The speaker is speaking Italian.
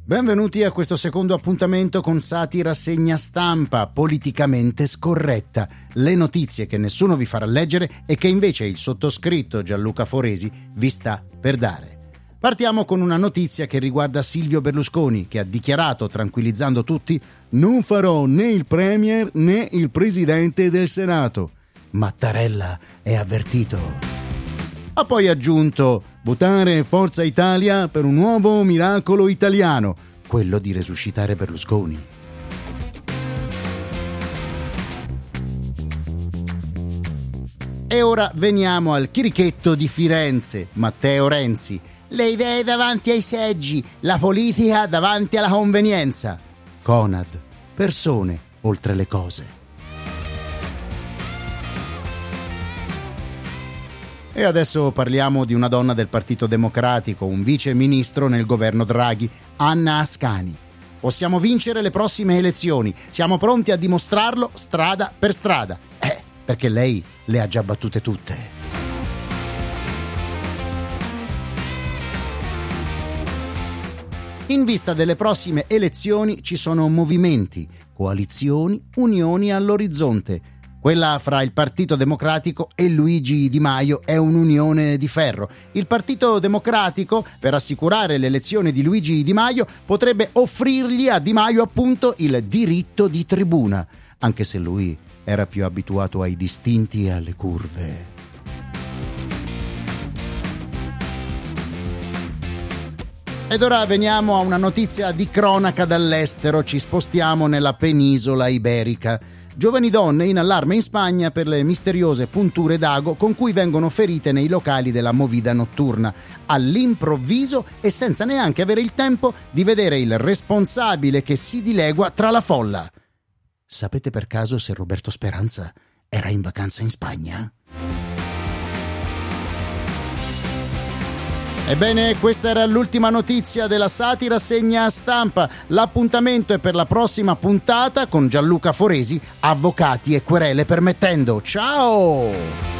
Benvenuti a questo secondo appuntamento con Satira Segna Stampa, politicamente scorretta. Le notizie che nessuno vi farà leggere e che invece il sottoscritto Gianluca Foresi vi sta per dare. Partiamo con una notizia che riguarda Silvio Berlusconi, che ha dichiarato, tranquillizzando tutti, «Non farò né il Premier né il Presidente del Senato». Mattarella è avvertito. Ha poi aggiunto «Votare Forza Italia per un nuovo miracolo italiano, quello di resuscitare Berlusconi». E ora veniamo al chirichetto di Firenze, Matteo Renzi. Le idee davanti ai seggi, la politica davanti alla convenienza. Conad, persone oltre le cose. E adesso parliamo di una donna del Partito Democratico, un vice ministro nel governo Draghi, Anna Ascani. Possiamo vincere le prossime elezioni, siamo pronti a dimostrarlo strada per strada. Perché lei le ha già battute tutte. In vista delle prossime elezioni ci sono movimenti, coalizioni, unioni all'orizzonte. Quella fra il Partito Democratico e Luigi Di Maio è un'unione di ferro. Il Partito Democratico, per assicurare l'elezione di Luigi Di Maio, potrebbe offrirgli a Di Maio appunto il diritto di tribuna, anche se lui era più abituato ai distinti e alle curve. Ed ora veniamo a una notizia di cronaca dall'estero, ci spostiamo nella penisola iberica. Giovani donne in allarme in Spagna per le misteriose punture d'ago con cui vengono ferite nei locali della movida notturna, all'improvviso e senza neanche avere il tempo di vedere il responsabile che si dilegua tra la folla. Sapete per caso se Roberto Speranza era in vacanza in Spagna? Ebbene, questa era l'ultima notizia della Satira Segna Stampa. L'appuntamento è per la prossima puntata con Gianluca Foresi, avvocati e querele permettendo. Ciao!